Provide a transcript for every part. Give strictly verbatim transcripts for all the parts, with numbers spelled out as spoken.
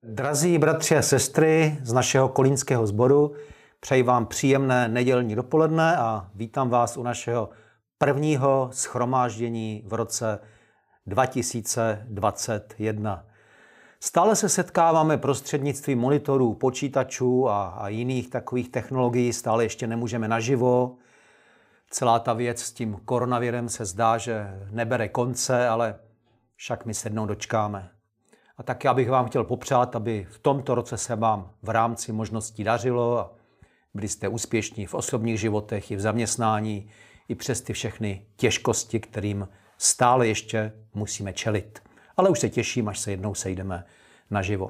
Drazí bratři a sestry z našeho kolínského sboru, přeji vám příjemné nedělní dopoledne a vítám vás u našeho prvního shromáždění v roce dva tisíce dvacet jedna. Stále se setkáváme prostřednictvím monitorů, počítačů a, a jiných takových technologií, stále ještě nemůžeme naživo. Celá ta věc s tím koronavirem se zdá, že nebere konce, ale však my se jednou dočkáme. A tak já bych vám chtěl popřát, aby v tomto roce se vám v rámci možností dařilo a byli jste úspěšní v osobních životech i v zaměstnání, i přes ty všechny těžkosti, kterým stále ještě musíme čelit. Ale už se těším, až se jednou sejdeme naživo.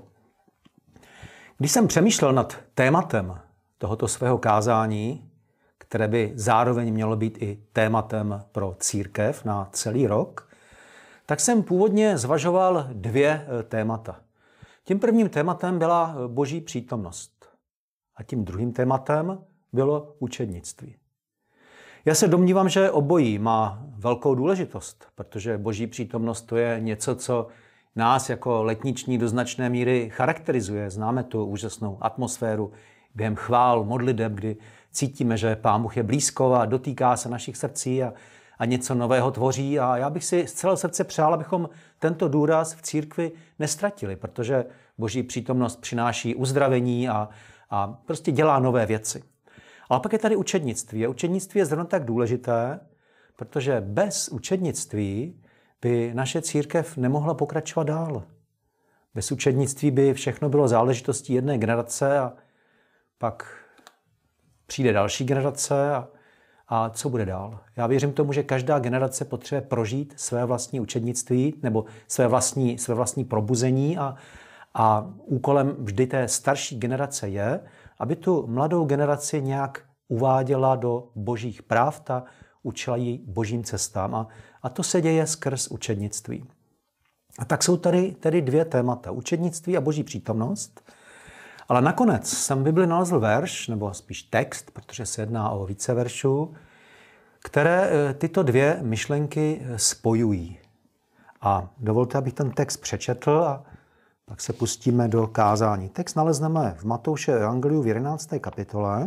Když jsem přemýšlel nad tématem tohoto svého kázání, které by zároveň mělo být i tématem pro církev na celý rok, tak jsem původně zvažoval dvě témata. Tím prvním tématem byla Boží přítomnost a tím druhým tématem bylo učednictví. Já se domnívám, že obojí má velkou důležitost, protože Boží přítomnost to je něco, co nás jako letniční do značné míry charakterizuje. Známe tu úžasnou atmosféru během chvál, modliteb, kdy cítíme, že Pán Bůh je blízko a dotýká se našich srdcí a, a něco nového tvoří. A já bych si z celého srdce přál, abychom tento důraz v církvi nestratili, protože Boží přítomnost přináší uzdravení a, a prostě dělá nové věci. Ale pak je tady učednictví. A učednictví je zrovna tak důležité, protože bez učednictví by naše církev nemohla pokračovat dál. Bez učednictví by všechno bylo záležitostí jedné generace a pak přijde další generace a, a co bude dál? Já věřím tomu, že každá generace potřebuje prožít své vlastní učednictví nebo své vlastní, své vlastní probuzení a, a úkolem vždy té starší generace je, aby tu mladou generaci nějak uváděla do božích pravd a učila ji božím cestám. A, a to se děje skrz učednictví. A tak jsou tady tedy dvě témata. Učednictví a boží přítomnost. Ale nakonec jsem v Bibli nalezl verš, nebo spíš text, protože se jedná o více veršů, které tyto dvě myšlenky spojují. A dovolte, abych ten text přečetl a pak se pustíme do kázání. Text nalezneme v Matouše evangeliu v jedenácté kapitole.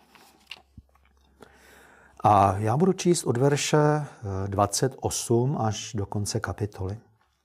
A já budu číst od verše dvacet osm až do konce kapitoly.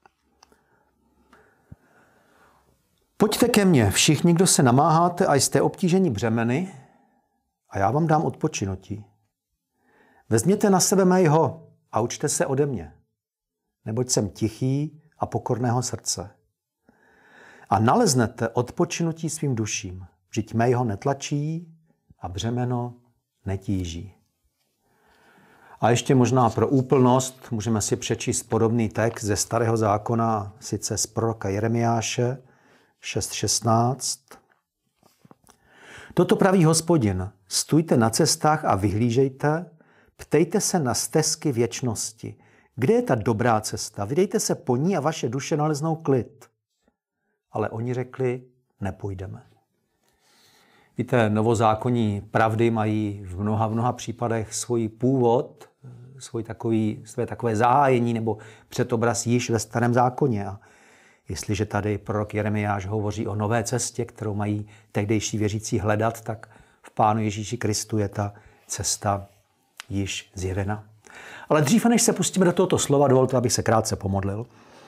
Pojďte ke mně, všichni, kdo se namáháte a jste obtíženi břemeny, a já vám dám odpočinutí. Vezměte na sebe mého a učte se ode mě, neboť jsem tichý a pokorného srdce. A naleznete odpočinutí svým duším, vždyť mého netlačí a břemeno netíží. A ještě možná pro úplnost můžeme si přečíst podobný text ze Starého zákona, sice z proroka Jeremiáše šest šestnáct. Toto praví Hospodin, stůjte na cestách a vyhlížejte, ptejte se na stezky věčnosti. Kde je ta dobrá cesta? Vydejte se po ní a vaše duše naleznou klid. Ale oni řekli, nepůjdeme. Víte, novozákonní pravdy mají v mnoha, v mnoha případech svůj původ, svůj takový, své takové zahájení nebo předobraz již ve Starém zákoně. A jestliže tady prorok Jeremiáš hovoří o nové cestě, kterou mají tehdejší věřící hledat, tak v Pánu Ježíši Kristu je ta cesta již zjevena. Ale dříve, než se pustíme do tohoto slova, dovolte, abych se krátce pomodlil.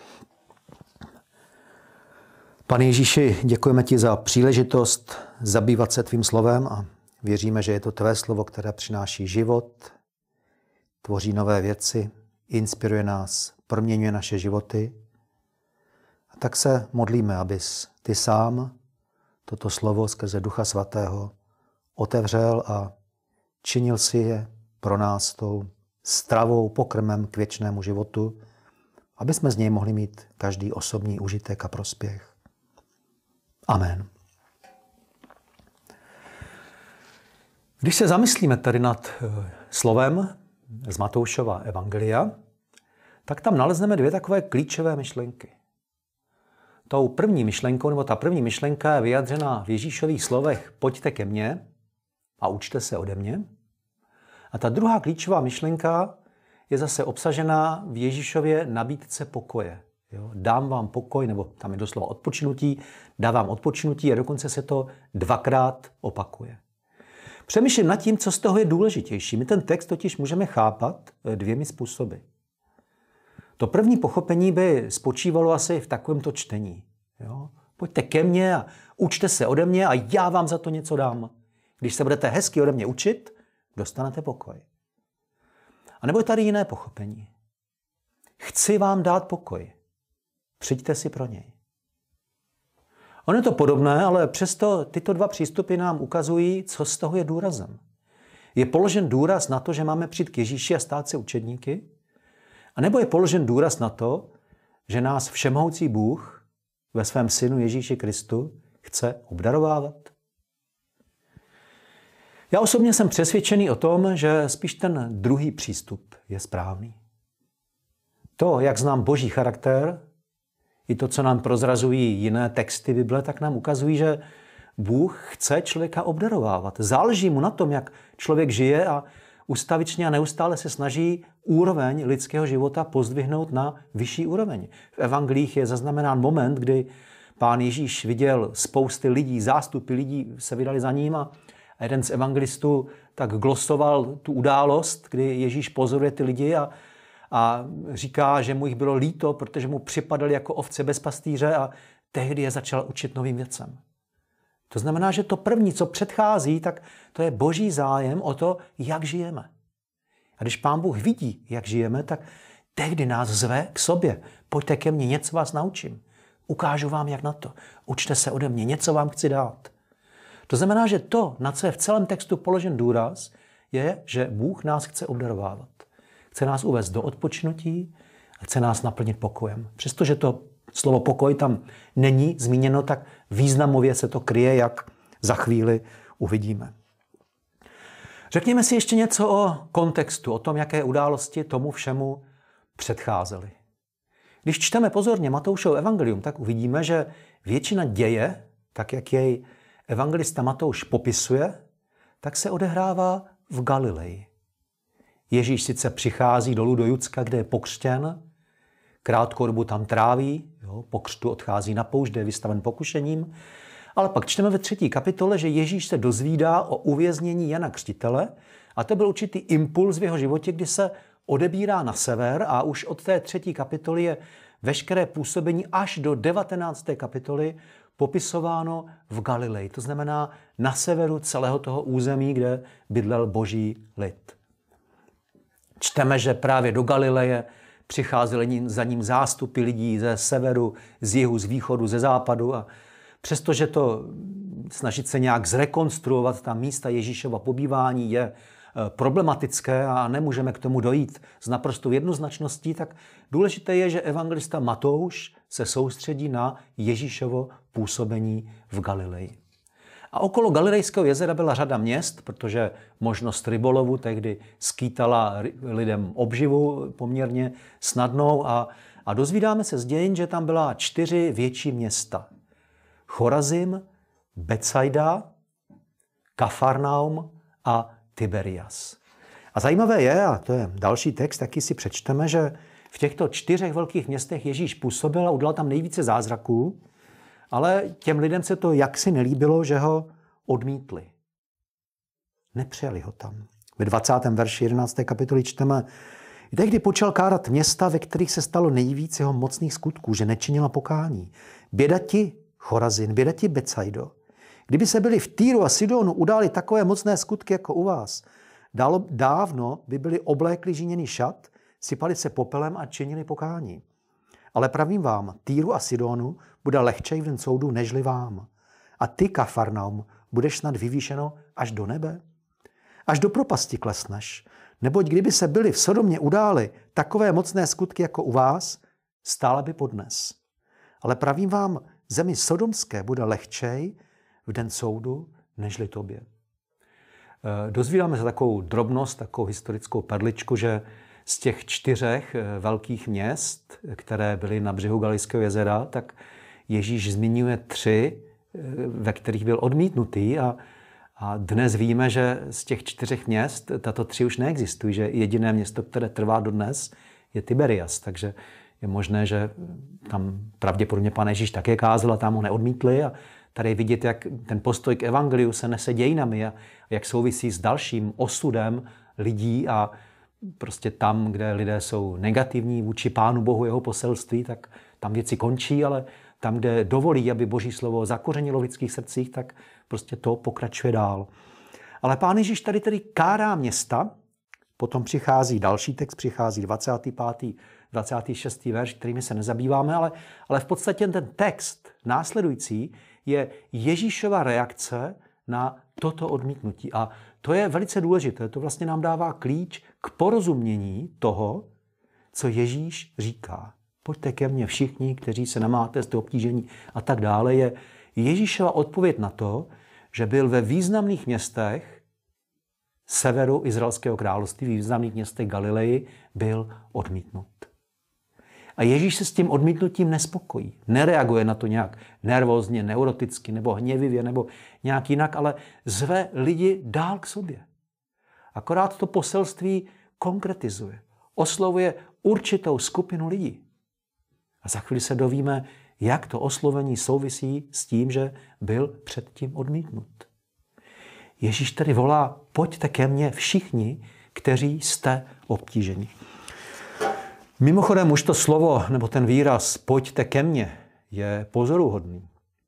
Pane Ježíši, děkujeme ti za příležitost zabývat se tvým slovem a věříme, že je to tvé slovo, které přináší život, tvoří nové věci, inspiruje nás, proměňuje naše životy. A tak se modlíme, abys ty sám toto slovo skrze Ducha Svatého otevřel a činil si je pro nás tou stravou, pokrmem k věčnému životu, aby jsme z něj mohli mít každý osobní užitek a prospěch. Amen. Když se zamyslíme tady nad slovem z Matoušova evangelia, tak tam nalezneme dvě takové klíčové myšlenky. Tou první myšlenkou, nebo ta první myšlenka je vyjadřena v Ježíšových slovech pojďte ke mně a učte se ode mě. A ta druhá klíčová myšlenka je zase obsažená v Ježíšově nabídce pokoje. Jo? Dám vám pokoj, nebo tam je doslova odpočinutí, dávám odpočinutí a dokonce se to dvakrát opakuje. Přemýšlím nad tím, co z toho je důležitější. My ten text totiž můžeme chápat dvěmi způsoby. To první pochopení by spočívalo asi v takovémto čtení. Jo? Pojďte ke mně a učte se ode mě a já vám za to něco dám. Když se budete hezky ode mě učit, dostanete pokoj. A nebo je tady jiné pochopení. Chci vám dát pokoj. Přijďte si pro něj. Ono je to podobné, ale přesto tyto dva přístupy nám ukazují, co z toho je důrazem. Je položen důraz na to, že máme přijít k Ježíši a stát se učedníky? A nebo je položen důraz na to, že nás všemohoucí Bůh ve svém synu Ježíši Kristu chce obdarovávat? Já osobně jsem přesvědčený o tom, že spíš ten druhý přístup je správný. To, jak znám Boží charakter, i to, co nám prozrazují jiné texty Bible, tak nám ukazují, že Bůh chce člověka obdarovávat. Záleží mu na tom, jak člověk žije a ustavičně a neustále se snaží úroveň lidského života pozdvihnout na vyšší úroveň. V evangelích je zaznamenán moment, kdy Pán Ježíš viděl spousty lidí, zástupy lidí se vydali za ním a jeden z evangelistů tak glosoval tu událost, kdy Ježíš pozoruje ty lidi a, a říká, že mu jich bylo líto, protože mu připadali jako ovce bez pastýře a tehdy je začal učit novým věcem. To znamená, že to první, co předchází, tak to je Boží zájem o to, jak žijeme. A když Pán Bůh vidí, jak žijeme, tak tehdy nás zve k sobě. Pojďte ke mně, něco vás naučím. Ukážu vám, jak na to. Učte se ode mě, něco vám chci dát. To znamená, že to, na co je v celém textu položen důraz, je, že Bůh nás chce obdarovávat. Chce nás uvést do odpočinutí a chce nás naplnit pokojem. Přestože to slovo pokoj tam není zmíněno, tak významově se to kryje, jak za chvíli uvidíme. Řekněme si ještě něco o kontextu, o tom, jaké události tomu všemu předcházely. Když čteme pozorně Matoušovo evangelium, tak uvidíme, že většina děje, tak jak jej evangelista Matouš popisuje, tak se odehrává v Galileji. Ježíš sice přichází dolů do Judska, kde je pokřtěn, krátkou dobu tam tráví, jo, po křtu odchází na poušť, kde je vystaven pokušením, ale pak čteme ve třetí kapitole, že Ježíš se dozvídá o uvěznění Jana Křtitele a to byl určitý impuls v jeho životě, kdy se odebírá na sever a už od té třetí kapitoly je veškeré působení až do devatenácté kapitoly popisováno v Galileji. To znamená na severu celého toho území, kde bydlel Boží lid. Čteme, že právě do Galileje přicházeli za ním zástupy lidí ze severu, z jihu, z východu, ze západu a přestože to snažit se nějak zrekonstruovat ta místa Ježíšova pobývání je problematické a nemůžeme k tomu dojít s naprostou jednoznačností, tak důležité je, že evangelista Matouš se soustředí na Ježíšovo působení v Galileji. A okolo Galilejského jezera byla řada měst, protože možnost rybolovu tehdy skýtala lidem obživu poměrně snadnou a, a dozvídáme se z dějin, že tam byla čtyři větší města. Chorazim, Betsaida, Kafarnaum a Tiberias. A zajímavé je, a to je další text, taky si přečteme, že v těchto čtyřech velkých městech Ježíš působil a udělal tam nejvíce zázraků, ale těm lidem se to jaksi nelíbilo, že ho odmítli. Nepřijali ho tam. Ve dvacátém verši jedenácté kapitoly čteme: Tehdy počal kárat města, ve kterých se stalo nejvíc jeho mocných skutků, že nečinila pokání. Běda ti, Chorazin, běda ti, Betsaido. Kdyby se byli v Týru a Sidonu událi takové mocné skutky jako u vás, dálo, dávno by byli oblékli žíněný šat, sypali se popelem a činili pokání. Ale pravím vám, Týru a Sidonu bude lehčej v den soudu nežli vám. A ty, Kafarnaum, budeš snad vyvýšeno až do nebe? Až do propasti klesneš. Neboť kdyby se byli v Sodomě událi takové mocné skutky jako u vás, stála by podnes. Ale pravím vám, zemi sodomské bude lehčej v den soudu nežli tobě. Dozvídáme se takovou drobnost, takovou historickou perličku, že z těch čtyřech velkých měst, které byly na břehu Galilejského jezera, tak Ježíš zmiňuje tři, ve kterých byl odmítnutý a, a dnes víme, že z těch čtyřech měst tato tři už neexistují, že jediné město, které trvá dodnes, je Tiberias. Takže Je možné, že tam pravděpodobně Pán Ježíš také kázal a tam ho neodmítli. A tady je vidět, jak ten postoj k evangeliu se nese dějinami a jak souvisí s dalším osudem lidí a prostě tam, kde lidé jsou negativní vůči Pánu Bohu, jeho poselství, tak tam věci končí, ale tam, kde dovolí, aby Boží slovo zakořenilo v lidských srdcích, tak prostě to pokračuje dál. Ale Pán Ježíš tady tedy kárá města, potom přichází další text, přichází dvacátý pátý, dvacátý šestý verš, kterými se nezabýváme, ale, ale v podstatě ten text následující je Ježíšova reakce na toto odmítnutí. A to je velice důležité. To vlastně nám dává klíč k porozumění toho, co Ježíš říká. Pojďte ke mně všichni, kteří se namáte z toho obtížení a tak dále. Je Ježíšova odpověď na to, že byl ve významných městech severu Izraelského království, v významných městech Galileji, byl odmítnut. A Ježíš se s tím odmítnutím nespokojí. Nereaguje na to nějak nervózně, neuroticky nebo hněvivě nebo nějak jinak, ale zve lidi dál k sobě. Akorát to poselství konkretizuje. Oslovuje určitou skupinu lidí. A za chvíli se dovíme, jak to oslovení souvisí s tím, že byl předtím odmítnut. Ježíš tedy volá, pojďte ke mně všichni, kteří jste obtíženi. Mimochodem už to slovo, nebo ten výraz pojďte ke mně je pozoruhodný.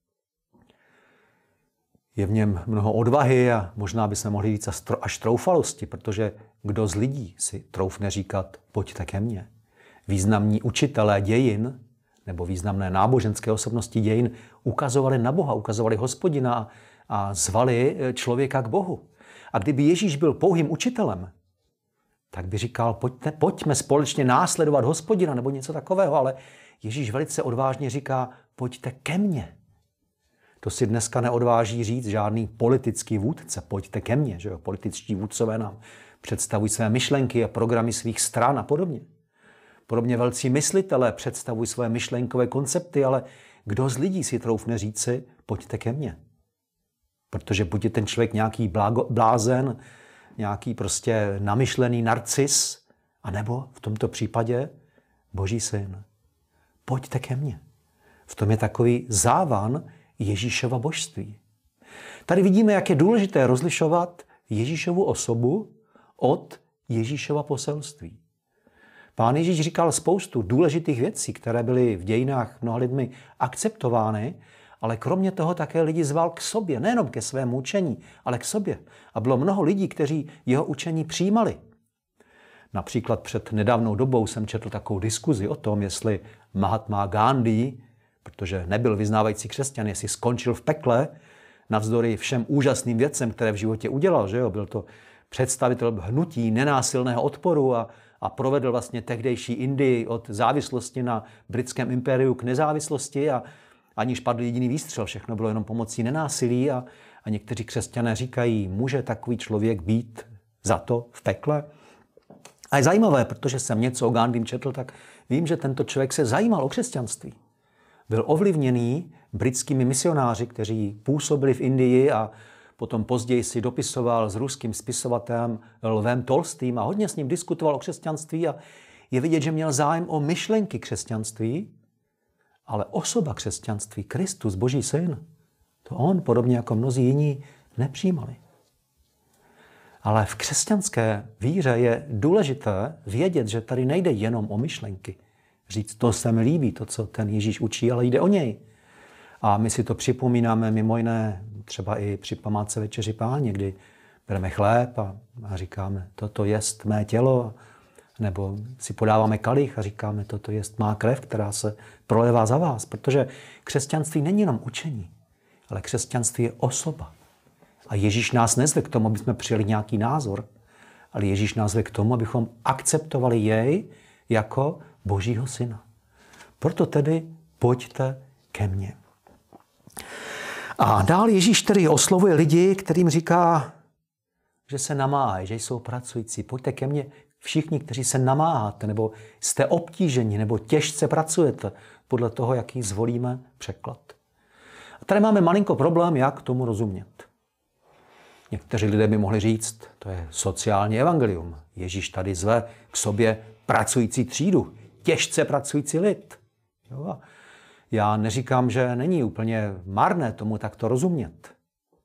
Je v něm mnoho odvahy a možná bychom mohli říct až troufalosti, protože kdo z lidí si troufne říkat pojďte ke mně. Významní učitelé dějin nebo významné náboženské osobnosti dějin ukazovali na Boha, ukazovali Hospodina a zvali člověka k Bohu. A kdyby Ježíš byl pouhým učitelem, tak by říkal, pojďte, pojďme společně následovat Hospodina nebo něco takového, ale Ježíš velice odvážně říká, pojďte ke mně. To si dneska neodváží říct žádný politický vůdce, pojďte ke mně, že jo? Političtí vůdcové nám představují své myšlenky a programy svých stran a podobně. Podobně velcí myslitelé představují své myšlenkové koncepty, ale kdo z lidí si troufne říci, pojďte ke mně. Protože buď je ten člověk nějaký blágo, blázen, nějaký prostě namyšlený narcis, anebo v tomto případě Boží syn. Pojďte ke mně. V tom je takový závan Ježíšova božství. Tady vidíme, jak je důležité rozlišovat Ježíšovu osobu od Ježíšova poselství. Pán Ježíš říkal spoustu důležitých věcí, které byly v dějinách mnoha lidmi akceptovány, ale kromě toho také lidi zval k sobě, nejenom ke svému učení, ale k sobě. A bylo mnoho lidí, kteří jeho učení přijímali. Například před nedávnou dobou jsem četl takovou diskuzi o tom, jestli Mahatma Gandhi, protože nebyl vyznávající křesťan, jestli skončil v pekle, navzdory všem úžasným věcem, které v životě udělal. Že jo? Byl to představitel hnutí nenásilného odporu a, a provedl vlastně tehdejší Indii od závislosti na britském impériu k nezávislosti a aniž padl jediný výstřel, všechno bylo jenom pomocí nenásilí a, a někteří křesťané říkají, může takový člověk být za to v pekle? A je zajímavé, protože jsem něco o Gandhim četl, tak vím, že tento člověk se zajímal o křesťanství. Byl ovlivněný britskými misionáři, kteří působili v Indii a potom později si dopisoval s ruským spisovatelem Lvem Tolstým a hodně s ním diskutoval o křesťanství a je vidět, že měl zájem o myšlenky křesťanství, ale osoba křesťanství, Kristus, Boží syn, to on, podobně jako mnozí jiní, nepřijímali. Ale v křesťanské víře je důležité vědět, že tady nejde jenom o myšlenky. Říct, to se mi líbí, to, co ten Ježíš učí, ale jde o něj. A my si to připomínáme mimo jiné třeba i při památce Večeři Páně, kdy bereme chléb a, a říkáme, toto jest mé tělo, nebo si podáváme kalich a říkáme, toto jest má krev, která se prolevá za vás. Protože křesťanství není jenom učení, ale křesťanství je osoba. A Ježíš nás nezve k tomu, aby jsme přijali nějaký názor, ale Ježíš nás zve k tomu, abychom akceptovali jej jako Božího syna. Proto tedy pojďte ke mně. A dál Ježíš tedy oslovuje lidi, kterým říká, že se namáhají, že jsou pracující. Pojďte ke mně všichni, kteří se namáháte, nebo jste obtíženi, nebo těžce pracujete, podle toho, jaký zvolíme překlad. A tady máme malinko problém, jak tomu rozumět. Někteří lidé by mohli říct, to je sociální evangelium. Ježíš tady zve k sobě pracující třídu. těžce pracující lid. Jo? A já neříkám, že není úplně marné tomu takto rozumět.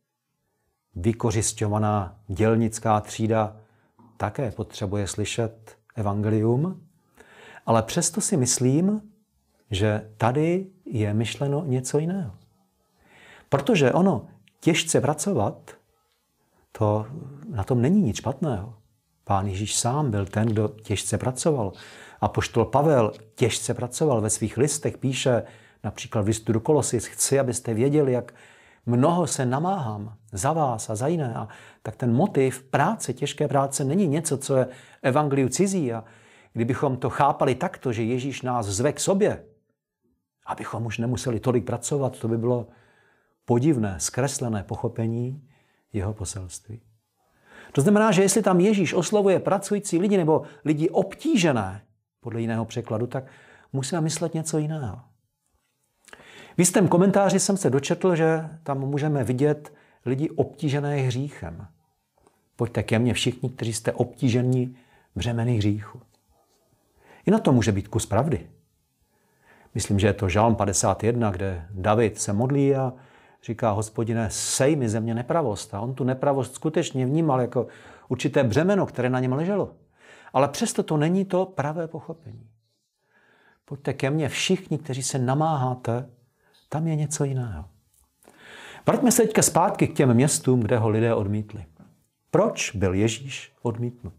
Vykořisťovaná dělnická třída také potřebuje slyšet evangelium, ale přesto si myslím, že tady je myšleno něco jiného. Protože ono těžce pracovat, to na tom není nic špatného. Pán Ježíš sám byl ten, kdo těžce pracoval. Apoštol Pavel těžce pracoval, ve svých listech píše, například v listu do Kolosis, chci, abyste věděli, jak mnoho se namáhám za vás a za jiné. A tak ten motiv práce, těžké práce, není něco, co je evangeliu cizí. A kdybychom to chápali takto, že Ježíš nás zve k sobě, abychom už nemuseli tolik pracovat, to by bylo podivné, zkreslené pochopení jeho poselství. To znamená, že jestli tam Ježíš oslovuje pracující lidi nebo lidi obtížené, podle jiného překladu, tak musíme myslet něco jiného. V jistém komentáři jsem se dočetl, že tam můžeme vidět lidi obtížené hříchem. Pojďte ke mně všichni, kteří jste obtížení břemeny hříchu. I na to může být kus pravdy. Myslím, že je to Žalm padesát jedna, kde David se modlí a říká, Hospodine, sej mi ze mě nepravost. A on tu nepravost skutečně vnímal jako určité břemeno, které na něm leželo. Ale přesto to není to pravé pochopení. Pojďte ke mně všichni, kteří se namáháte, tam je něco jiného. Vraťme se teďka zpátky k těm městům, kde ho lidé odmítli. Proč byl Ježíš odmítnut?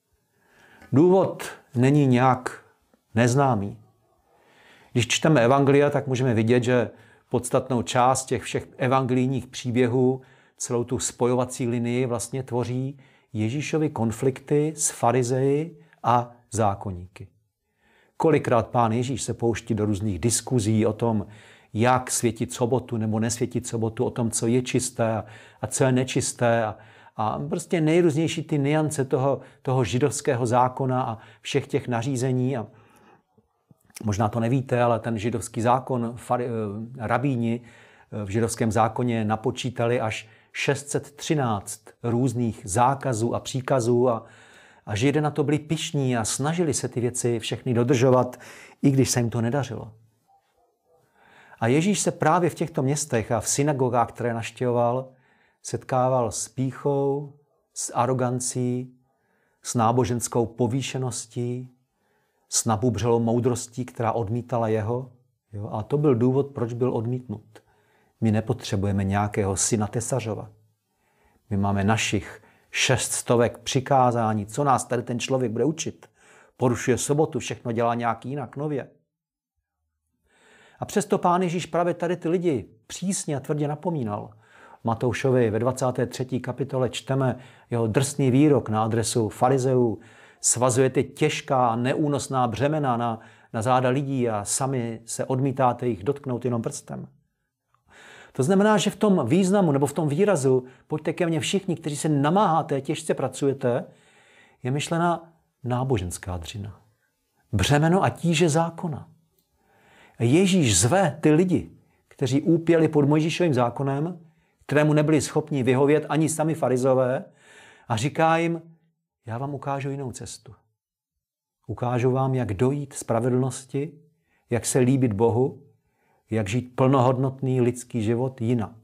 Důvod není nějak neznámý. Když čteme evangelia, tak můžeme vidět, že podstatnou část těch všech evangelijních příběhů, celou tu spojovací linii vlastně tvoří Ježíšovy konflikty s farizeji a zákonníky. Kolikrát pán Ježíš se pouští do různých diskuzí o tom, jak světit sobotu nebo nesvětit sobotu, o tom, co je čisté a co je nečisté a, a prostě nejrůznější ty nuance toho, toho židovského zákona a všech těch nařízení. A možná to nevíte, ale ten židovský zákon, fari, rabíni v židovském zákoně napočítali až šest set třináct různých zákazů a příkazů a, a Židé na to byli pyšní a snažili se ty věci všechny dodržovat, i když se jim to nedařilo. A Ježíš se právě v těchto městech a v synagogách, které navštěvoval, setkával s pýchou, s arogancí, s náboženskou povýšeností, s nabubřelou moudrostí, která odmítala jeho. Jo? A to byl důvod, proč byl odmítnut. My nepotřebujeme nějakého syna Tesařova. My máme našich šest stovek přikázání. Co nás tady ten člověk bude učit? Porušuje sobotu, všechno dělá nějak jinak, nově. A přesto pán Ježíš právě tady ty lidi přísně a tvrdě napomínal. Matoušovi ve dvacáté třetí kapitole čteme jeho drsný výrok na adresu farizeů. Svazujete těžká a neúnosná břemena na, na záda lidí a sami se odmítáte jich dotknout jenom prstem. To znamená, že v tom významu nebo v tom výrazu pojďte ke mně všichni, kteří se namáháte, těžce pracujete, je myšlena náboženská dřina. Břemeno a tíže zákona. Ježíš zve ty lidi, kteří úpěli pod Mojžíšovým zákonem, kterému nebyli schopni vyhovět ani sami farizové, a říká jim, já vám ukážu jinou cestu. Ukážu vám, jak dojít spravedlnosti, jak se líbit Bohu, jak žít plnohodnotný lidský život jinak.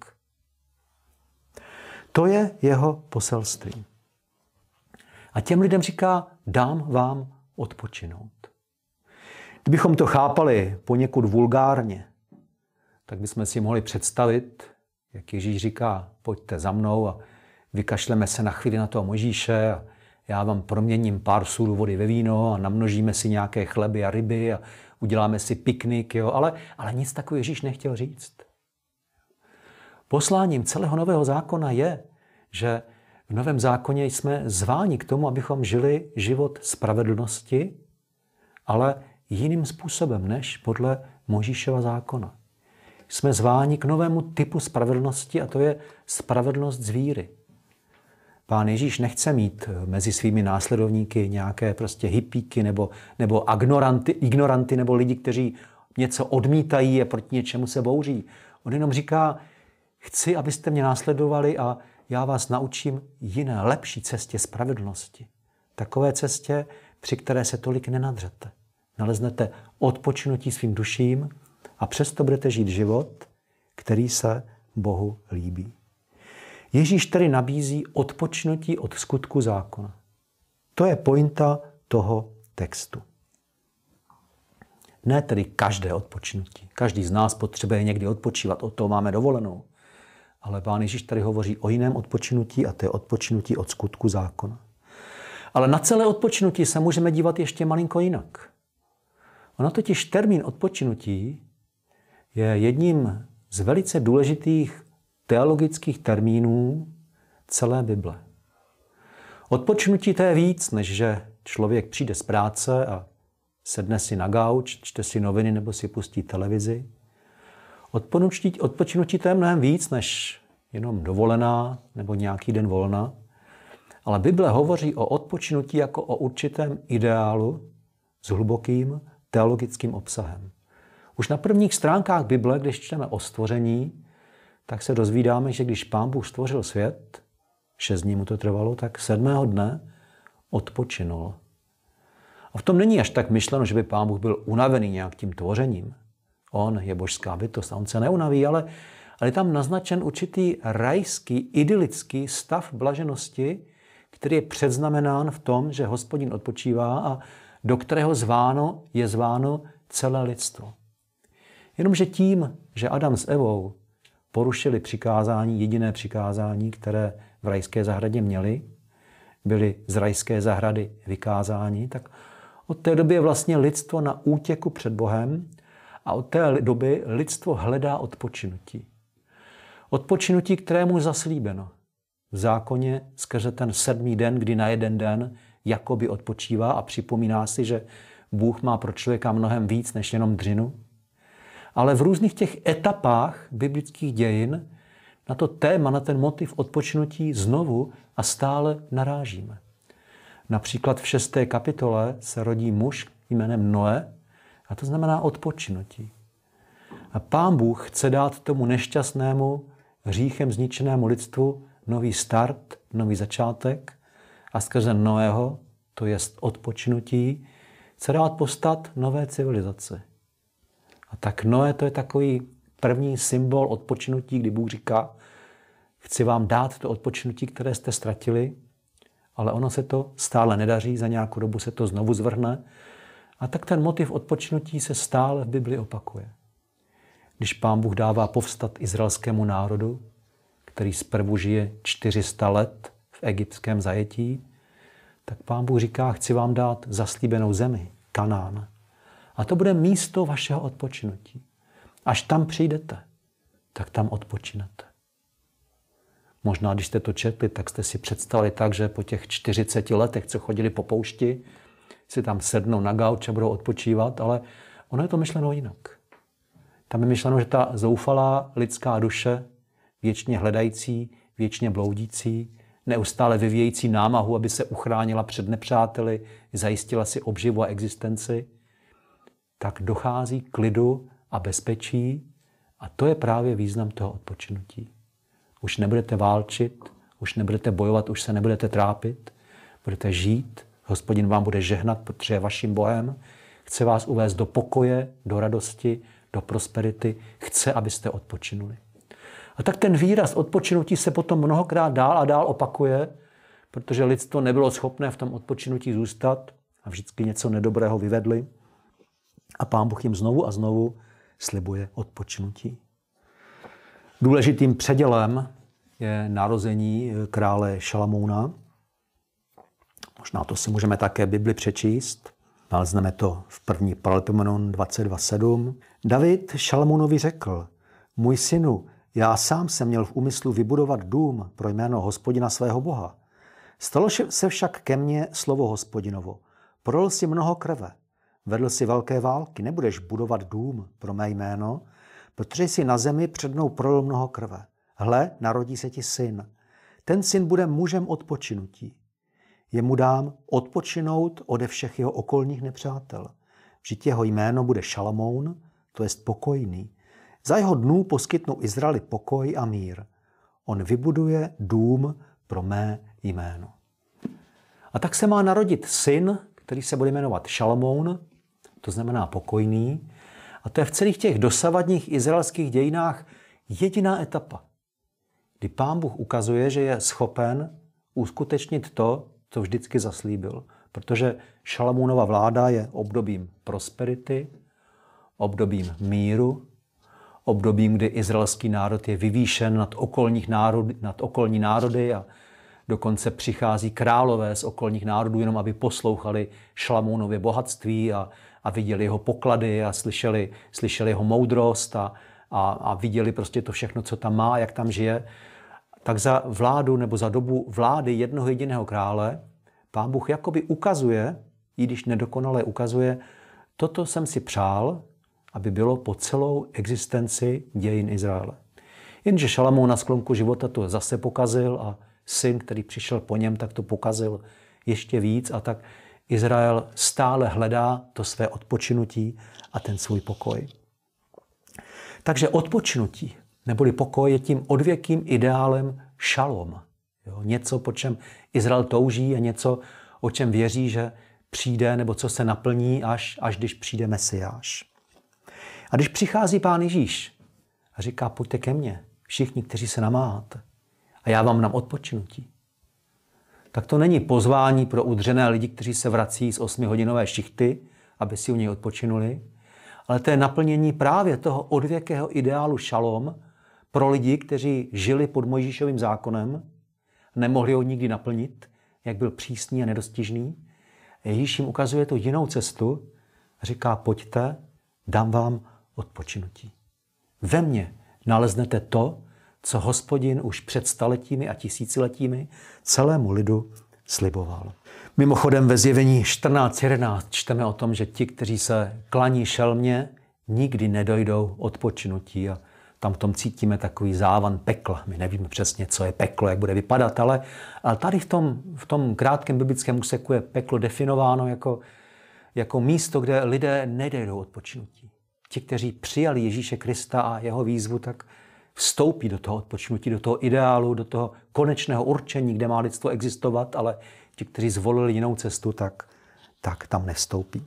To je jeho poselství. A těm lidem říká, dám vám odpočinout. Kdybychom to chápali poněkud vulgárně, tak bychom si mohli představit, jak Ježíš říká, pojďte za mnou a vykašleme se na chvíli na toho Mojžíše a já vám proměním pár sůlů vody ve víno a namnožíme si nějaké chleby a ryby a uděláme si piknik, jo? Ale, ale nic takového Ježíš nechtěl říct. Posláním celého nového zákona je, že v novém zákoně jsme zváni k tomu, abychom žili život spravedlnosti, ale jiným způsobem než podle Mojžíšova zákona. Jsme zváni k novému typu spravedlnosti a to je spravedlnost z víry. Pán Ježíš nechce mít mezi svými následovníky nějaké prostě hippíky nebo, nebo ignoranty, ignoranty nebo lidi, kteří něco odmítají a proti něčemu se bouří. On jenom říká, chci, abyste mě následovali a já vás naučím jiné, lepší cestě spravedlnosti. Takové cestě, při které se tolik nenadřete. naleznete odpočinutí svým duším a přesto budete žít život, který se Bohu líbí. Ježíš tedy nabízí odpočinutí od skutku zákona. To je pointa toho textu. Ne tedy každé odpočinutí. Každý z nás potřebuje někdy odpočívat, od toho máme dovolenou. Ale Pán Ježíš tady hovoří o jiném odpočinutí a to je odpočinutí od skutku zákona. Ale na celé odpočinutí se můžeme dívat ještě malinko jinak. Ono totiž termín odpočinutí je jedním z velice důležitých teologických termínů celé Bible. Odpočinutí to je víc, než že člověk přijde z práce a sedne si na gauč, čte si noviny nebo si pustí televizi. Odpočinutí, odpočinutí to je mnohem víc, než jenom dovolená nebo nějaký den volna. Ale Bible hovoří o odpočinutí jako o určitém ideálu s hlubokým teologickým obsahem. Už na prvních stránkách Bible, když čteme o stvoření, tak se dozvídáme, že když Pán Bůh stvořil svět, šest dní mu to trvalo, tak sedmého dne odpočinul. A v tom není až tak myšleno, že by Pán Bůh byl unavený nějak tím tvořením. On je božská bytost a on se neunaví, ale, ale je tam naznačen určitý rajský, idylický stav blaženosti, který je předznamenán v tom, že Hospodin odpočívá a do kterého zváno je zváno celé lidstvo. Jenomže tím, že Adam s Evou porušili přikázání, jediné přikázání, které v rajské zahradě měli, byli z rajské zahrady vykázáni, tak od té doby je vlastně lidstvo na útěku před Bohem a od té doby lidstvo hledá odpočinutí. Odpočinutí, kterému je zaslíbeno. V zákoně skrze ten sedmý den, kdy na jeden den jakoby odpočívá a připomíná si, že Bůh má pro člověka mnohem víc než jenom dřinu. Ale v různých těch etapách biblických dějin na to téma, na ten motiv odpočinutí znovu a stále narážíme. Například v šesté kapitole se rodí muž jménem Noé a to znamená odpočinutí. A Pán Bůh chce dát tomu nešťastnému, hříchem zničenému lidstvu nový start, nový začátek a skrze Noého, to jest odpočinutí, chce dát postat nové civilizace. A tak Noé to je takový první symbol odpočinutí, kdy Bůh říká, chci vám dát to odpočinutí, které jste ztratili, ale ono se to stále nedaří, za nějakou dobu se to znovu zvrhne. A tak ten motiv odpočinutí se stále v Bibli opakuje. Když Pán Bůh dává povstat izraelskému národu, který zprvu žije čtyři sta let v egyptském zajetí, tak Pán Bůh říká, chci vám dát zaslíbenou zemi, Kanán. A to bude místo vašeho odpočinutí. Až tam přijdete, tak tam odpočinete. Možná, když jste to četli, tak jste si představili tak, že po těch čtyřiceti letech, co chodili po poušti, si tam sednou na gauč a budou odpočívat, ale ono je to myšleno jinak. Tam je myšleno, že ta zoufalá lidská duše, věčně hledající, věčně bloudící, neustále vyvíjející námahu, aby se uchránila před nepřáteli, zajistila si obživu a existenci, tak dochází k klidu a bezpečí a to je právě význam toho odpočinutí. Už nebudete válčit, už nebudete bojovat, už se nebudete trápit, budete žít, Hospodin vám bude žehnat, protože je vaším Bohem, chce vás uvést do pokoje, do radosti, do prosperity, chce, abyste odpočinuli. A tak ten výraz odpočinutí se potom mnohokrát dál a dál opakuje, protože lidstvo nebylo schopné v tom odpočinutí zůstat a vždycky něco nedobrého vyvedli. A Pán Bůh jim znovu a znovu slibuje odpočinutí. Důležitým předělem je narození krále Šalamouna. Možná to si můžeme také v Bibli přečíst. Nalezneme to v první Paralipomenon dvacet dva sedm. David Šalamounovi řekl, můj synu, já sám jsem měl v úmyslu vybudovat dům pro jméno Hospodina svého Boha. Stalo se však ke mně slovo Hospodinovo. Prolil si mnoho krve, vedl si velké války, nebudeš budovat dům pro mé jméno, protože jsi na zemi před mnou prolil mnoho krve. Hle, narodí se ti syn. Ten syn bude mužem odpočinutí. Jemu dám odpočinout ode všech jeho okolních nepřátel. Vždyť jeho jméno bude Šalamoun, to jest pokojný. Za jeho dnů poskytnu Izraeli pokoj a mír. On vybuduje dům pro mé jméno. A tak se má narodit syn, který se bude jmenovat Šalamoun, to znamená pokojný. A to je v celých těch dosavadních izraelských dějinách jediná etapa, kdy Pán Bůh ukazuje, že je schopen uskutečnit to, co vždycky zaslíbil. Protože Šalamounova vláda je obdobím prosperity, obdobím míru, obdobím, kdy izraelský národ je vyvýšen nad, okolních národ, nad okolní národy a dokonce přichází králové z okolních národů, jenom aby poslouchali Šalamounově bohatství a, a viděli jeho poklady a slyšeli, slyšeli jeho moudrost a, a, a viděli prostě to všechno, co tam má, jak tam žije. Tak za vládu nebo za dobu vlády jednoho jediného krále Pán Bůh jakoby ukazuje, i když nedokonale ukazuje, toto jsem si přál, aby bylo po celou existenci dějin Izraele. Jenže Šalamoun na sklonku života to zase pokazil a syn, který přišel po něm, tak to pokazil ještě víc a tak Izrael stále hledá to své odpočinutí a ten svůj pokoj. Takže odpočinutí neboli pokoj je tím odvěkým ideálem šalom. Jo, něco, po čem Izrael touží a něco, o čem věří, že přijde nebo co se naplní, až, až když přijde Mesiáš. A když přichází Pán Ježíš a říká, pojďte ke mně, všichni, kteří se namáháte, a já vám dám odpočinutí, tak to není pozvání pro udřené lidi, kteří se vrací z osmihodinové šichty, aby si u něj odpočinuli, ale to je naplnění právě toho odvěkého ideálu šalom pro lidi, kteří žili pod Mojžíšovým zákonem, nemohli ho nikdy naplnit, jak byl přísný a nedostižný. Ježíš jim ukazuje tu jinou cestu a říká, pojďte, dám vám odpočinutí. Ve mně naleznete to, co Hospodin už před staletími a tisíciletími celému lidu sliboval. Mimochodem ve Zjevení čtrnáct jedenáct čteme o tom, že ti, kteří se klaní šelmě, nikdy nedojdou odpočinutí a tam v tom cítíme takový závan pekla. My nevíme přesně, co je peklo, jak bude vypadat, ale, ale tady v tom, v tom krátkém biblickém úseku je peklo definováno jako, jako místo, kde lidé nedojdou odpočinutí. Ti, kteří přijali Ježíše Krista a jeho výzvu, tak vstoupí do toho odpočinutí, do toho ideálu, do toho konečného určení, kde má lidstvo existovat, ale ti, kteří zvolili jinou cestu, tak, tak tam nevstoupí.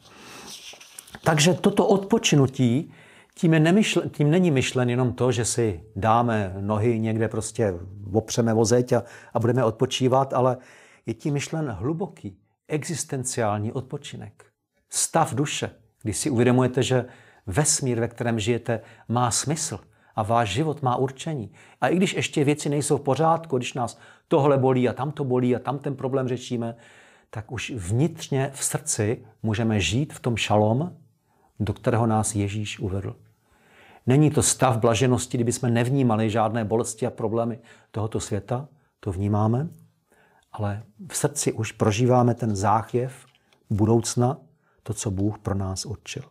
Takže toto odpočinutí tím, je nemyšlen, tím není myšlen jenom to, že si dáme nohy někde prostě opřeme o zeď a, a budeme odpočívat, ale je tím myšlen hluboký, existenciální odpočinek. Stav duše, kdy si uvědomujete, že vesmír, ve kterém žijete, má smysl a váš život má určení. A i když ještě věci nejsou v pořádku, když nás tohle bolí a tamto bolí a tam ten problém řešíme, tak už vnitřně v srdci můžeme žít v tom šalom, do kterého nás Ježíš uvedl. Není to stav blaženosti, kdyby jsme nevnímali žádné bolesti a problémy tohoto světa, to vnímáme, ale v srdci už prožíváme ten záchvěv budoucna, to, co Bůh pro nás určil.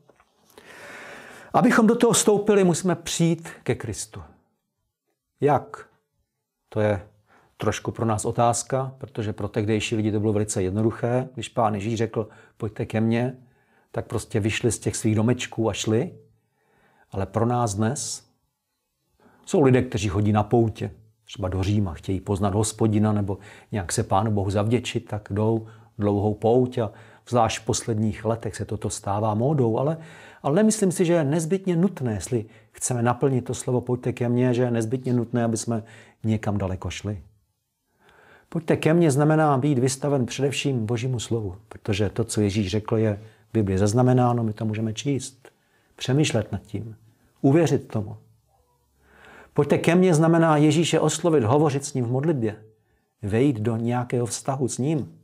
Abychom do toho vstoupili, musíme přijít ke Kristu. Jak? To je trošku pro nás otázka, protože pro tehdejší lidi to bylo velice jednoduché. Když Pán Ježíš řekl, pojďte ke mně, tak prostě vyšli z těch svých domečků a šli. Ale pro nás dnes jsou lidé, kteří chodí na poutě, třeba do Říma, chtějí poznat Hospodina nebo nějak se Pánu Bohu zavděčit, tak jdou dlouhou pouť a zvlášť v posledních letech se toto stává módou, ale, ale nemyslím si, že je nezbytně nutné, jestli chceme naplnit to slovo pojďte ke mně, že je nezbytně nutné, aby jsme někam daleko šli. Pojďte ke mně znamená být vystaven především Božímu slovu, protože to, co Ježíš řekl, je v Biblii zaznamenáno, my to můžeme číst, přemýšlet nad tím, uvěřit tomu. Pojďte ke mně znamená Ježíše oslovit, hovořit s ním v modlitbě, vejít do nějakého vztahu s ním.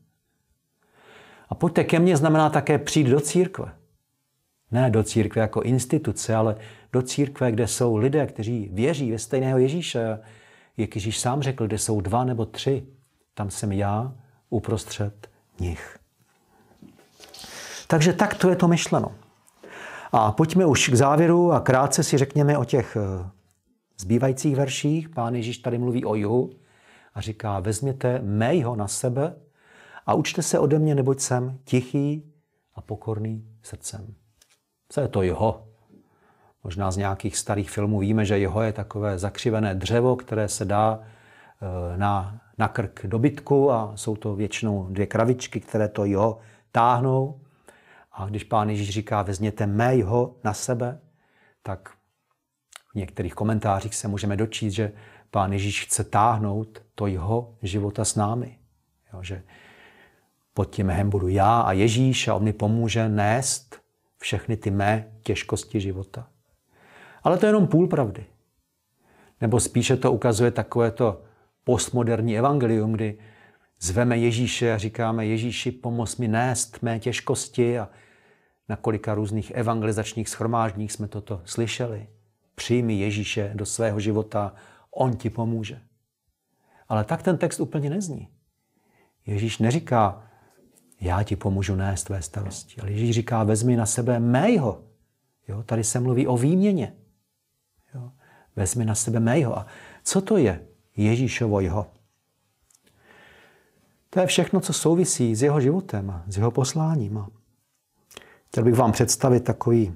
A pojďte ke mně znamená také přijít do církve. Ne do církve jako instituce, ale do církve, kde jsou lidé, kteří věří ve stejného Ježíše. Jak Ježíš sám řekl, kde jsou dva nebo tři, tam jsem já uprostřed nich. Takže takto je to myšleno. A pojďme už k závěru a krátce si řekněme o těch zbývajících verších. Pán Ježíš tady mluví o jihu a říká, vezměte mého na sebe a učte se ode mě, neboť jsem tichý a pokorný srdcem. Co je to jiho? Možná z nějakých starých filmů víme, že jiho je takové zakřivené dřevo, které se dá na, na krk dobytku a jsou to většinou dvě kravičky, které to jiho táhnou. A když Pán Ježíš říká, vezměte mého na sebe, tak v některých komentářích se můžeme dočíst, že Pán Ježíš chce táhnout to jeho života s námi. Jo, že pod tím mehem budu já a Ježíš a on mi pomůže nést všechny ty mé těžkosti života. Ale to je jenom půl pravdy. Nebo spíše to ukazuje takovéto postmoderní evangelium, kdy zveme Ježíše a říkáme Ježíši, pomoz mi nést mé těžkosti a na kolika různých evangelizačních shromážděních jsme toto slyšeli. Přijmi Ježíše do svého života, on ti pomůže. Ale tak ten text úplně nezní. Ježíš neříká, já ti pomůžu nést tvé starosti, ale Ježíš říká, vezmi na sebe mého. Jo, tady se mluví o výměně. Jo, vezmi na sebe mého. A co to je Ježíšovo jeho? To je všechno, co souvisí s jeho životem a s jeho posláním. Chtěl bych vám představit takový,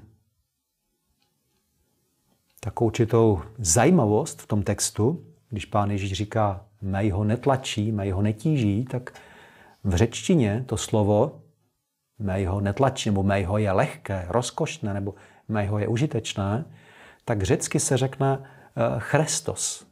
takovou určitou zajímavost v tom textu, když Pán Ježíš říká, mého netlačí, mého netíží, tak v řečtině to slovo mého netlačí, nebo mého je lehké, rozkošné, nebo mého je užitečné, tak řecky se řekne uh, Christos.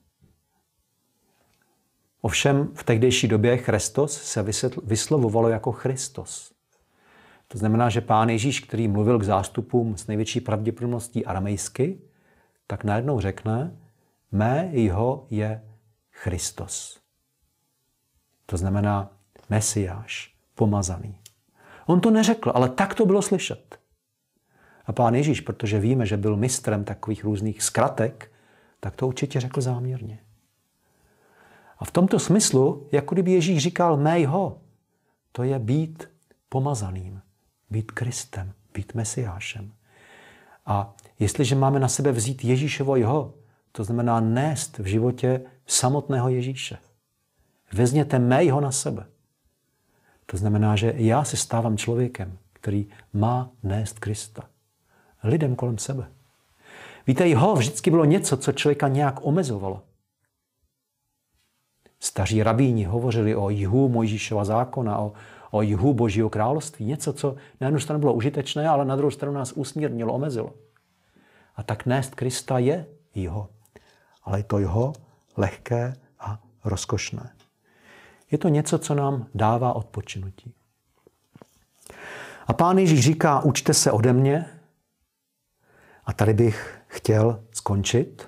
Ovšem v tehdejší době Christos se vyslovovalo jako Christos. To znamená, že Pán Ježíš, který mluvil k zástupům s největší pravděpodobností aramejsky, tak najednou řekne, mé jeho je Christos. To znamená Mesiáš, pomazaný. On to neřekl, ale tak to bylo slyšet. A Pán Ježíš, protože víme, že byl mistrem takových různých zkratek, tak to určitě řekl záměrně. A v tomto smyslu, jako kdyby Ježíš říkal mého, to je být pomazaným, být Kristem, být Mesiášem. A jestliže máme na sebe vzít Ježíšovo jeho, to znamená nést v životě samotného Ježíše. Vezměte mého na sebe. To znamená, že já se stávám člověkem, který má nést Krista. Lidem kolem sebe. Víte, jeho vždycky bylo něco, co člověka nějak omezovalo. Staří rabíni hovořili o jihu Mojžíšova zákona, o, o jihu Božího království. Něco, co na jednu stranu bylo užitečné, ale na druhou stranu nás usmírnilo, omezilo. A tak nést Krista je jeho. Ale je to jeho lehké a rozkošné. Je to něco, co nám dává odpočinutí. A Pán Ježíš říká, učte se ode mě. A tady bych chtěl skončit.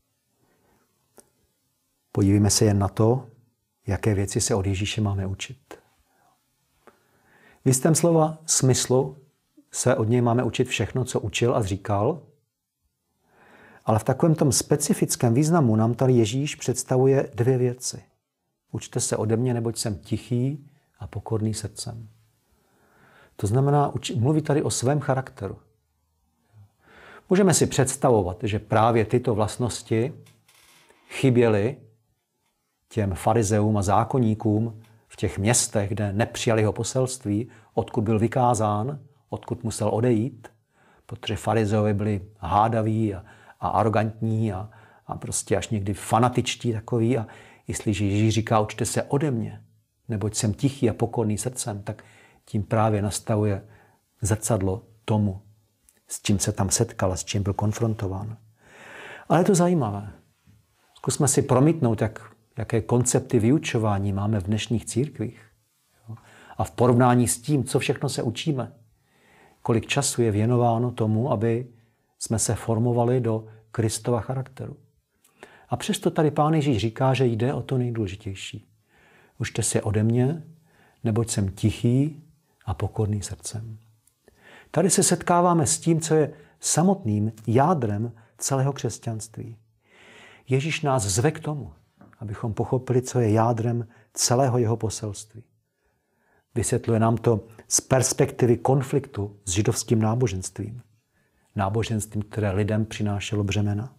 Podívejme se jen na to, jaké věci se od Ježíše máme učit. V jistém slova smyslu se od něj máme učit všechno, co učil a říkal, ale v takovém tom specifickém významu nám tady Ježíš představuje dvě věci. Učte se ode mě, neboť jsem tichý a pokorný srdcem. To znamená, mluví tady o svém charakteru. Můžeme si představovat, že právě tyto vlastnosti chyběly těm farizeům a zákonníkům v těch městech, kde nepřijali jeho poselství, odkud byl vykázán, odkud musel odejít, protože farizeové byli hádaví a, a arrogantní a, a prostě až někdy fanatičtí takový. A jestliže Ježíš říká, učte se ode mě, neboť jsem tichý a pokorný srdcem, tak tím právě nastavuje zrcadlo tomu, s čím se tam setkal a s čím byl konfrontován. Ale je to zajímavé. Zkusme si promítnout, jak, jaké koncepty vyučování máme v dnešních církvích. A v porovnání s tím, co všechno se učíme, kolik času je věnováno tomu, aby jsme se formovali do Kristova charakteru. A přesto tady Pán Ježíš říká, že jde o to nejdůležitější. Učte se ode mě, neboť jsem tichý a pokorný srdcem. Tady se setkáváme s tím, co je samotným jádrem celého křesťanství. Ježíš nás zve k tomu, abychom pochopili, co je jádrem celého jeho poselství. Vysvětluje nám to z perspektivy konfliktu s židovským náboženstvím. Náboženstvím, které lidem přinášelo břemena.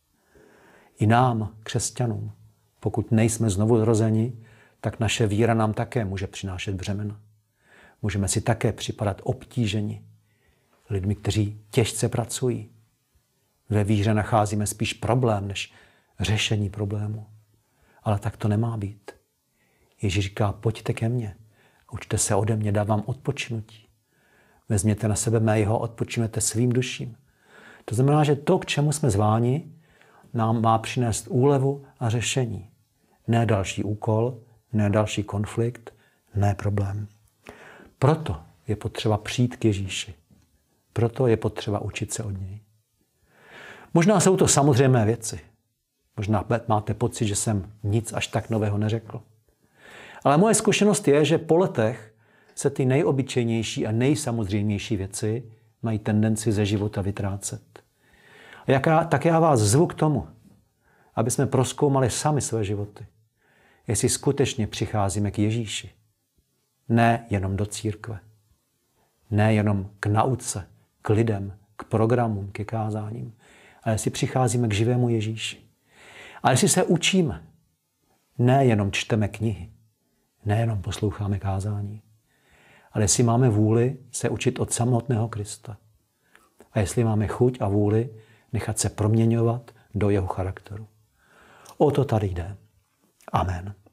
I nám, křesťanům, pokud nejsme znovu zrozeni, tak naše víra nám také může přinášet břemena. Můžeme si také připadat obtíženi lidmi, kteří těžce pracují. Ve víře nacházíme spíš problém, než řešení problému. Ale tak to nemá být. Ježíš říká, pojďte ke mně, učte se ode mě, dávám odpočinutí. Vezměte na sebe mého, odpočinete svým duším. To znamená, že to, k čemu jsme zváni, nám má přinést úlevu a řešení. Ne další úkol, ne další konflikt, ne problém. Proto je potřeba přijít k Ježíši. Proto je potřeba učit se od něj. Možná jsou to samozřejmé věci. Možná máte pocit, že jsem nic až tak nového neřekl. Ale moje zkušenost je, že po letech se ty nejobyčejnější a nejsamozřejmější věci mají tendenci ze života vytrácet. A jak já, tak já vás zvu k tomu, aby jsme prozkoumali sami své životy. Jestli skutečně přicházíme k Ježíši. Ne jenom do církve. Ne jenom k nauce, k lidem, k programům, k kázáním. Ale jestli přicházíme k živému Ježíši. A jestli se učíme. Ne jenom čteme knihy. Ne jenom posloucháme kázání. Ale jestli máme vůli se učit od samotného Krista. A jestli máme chuť a vůli nechat se proměňovat do jeho charakteru. O to tady jde. Amen.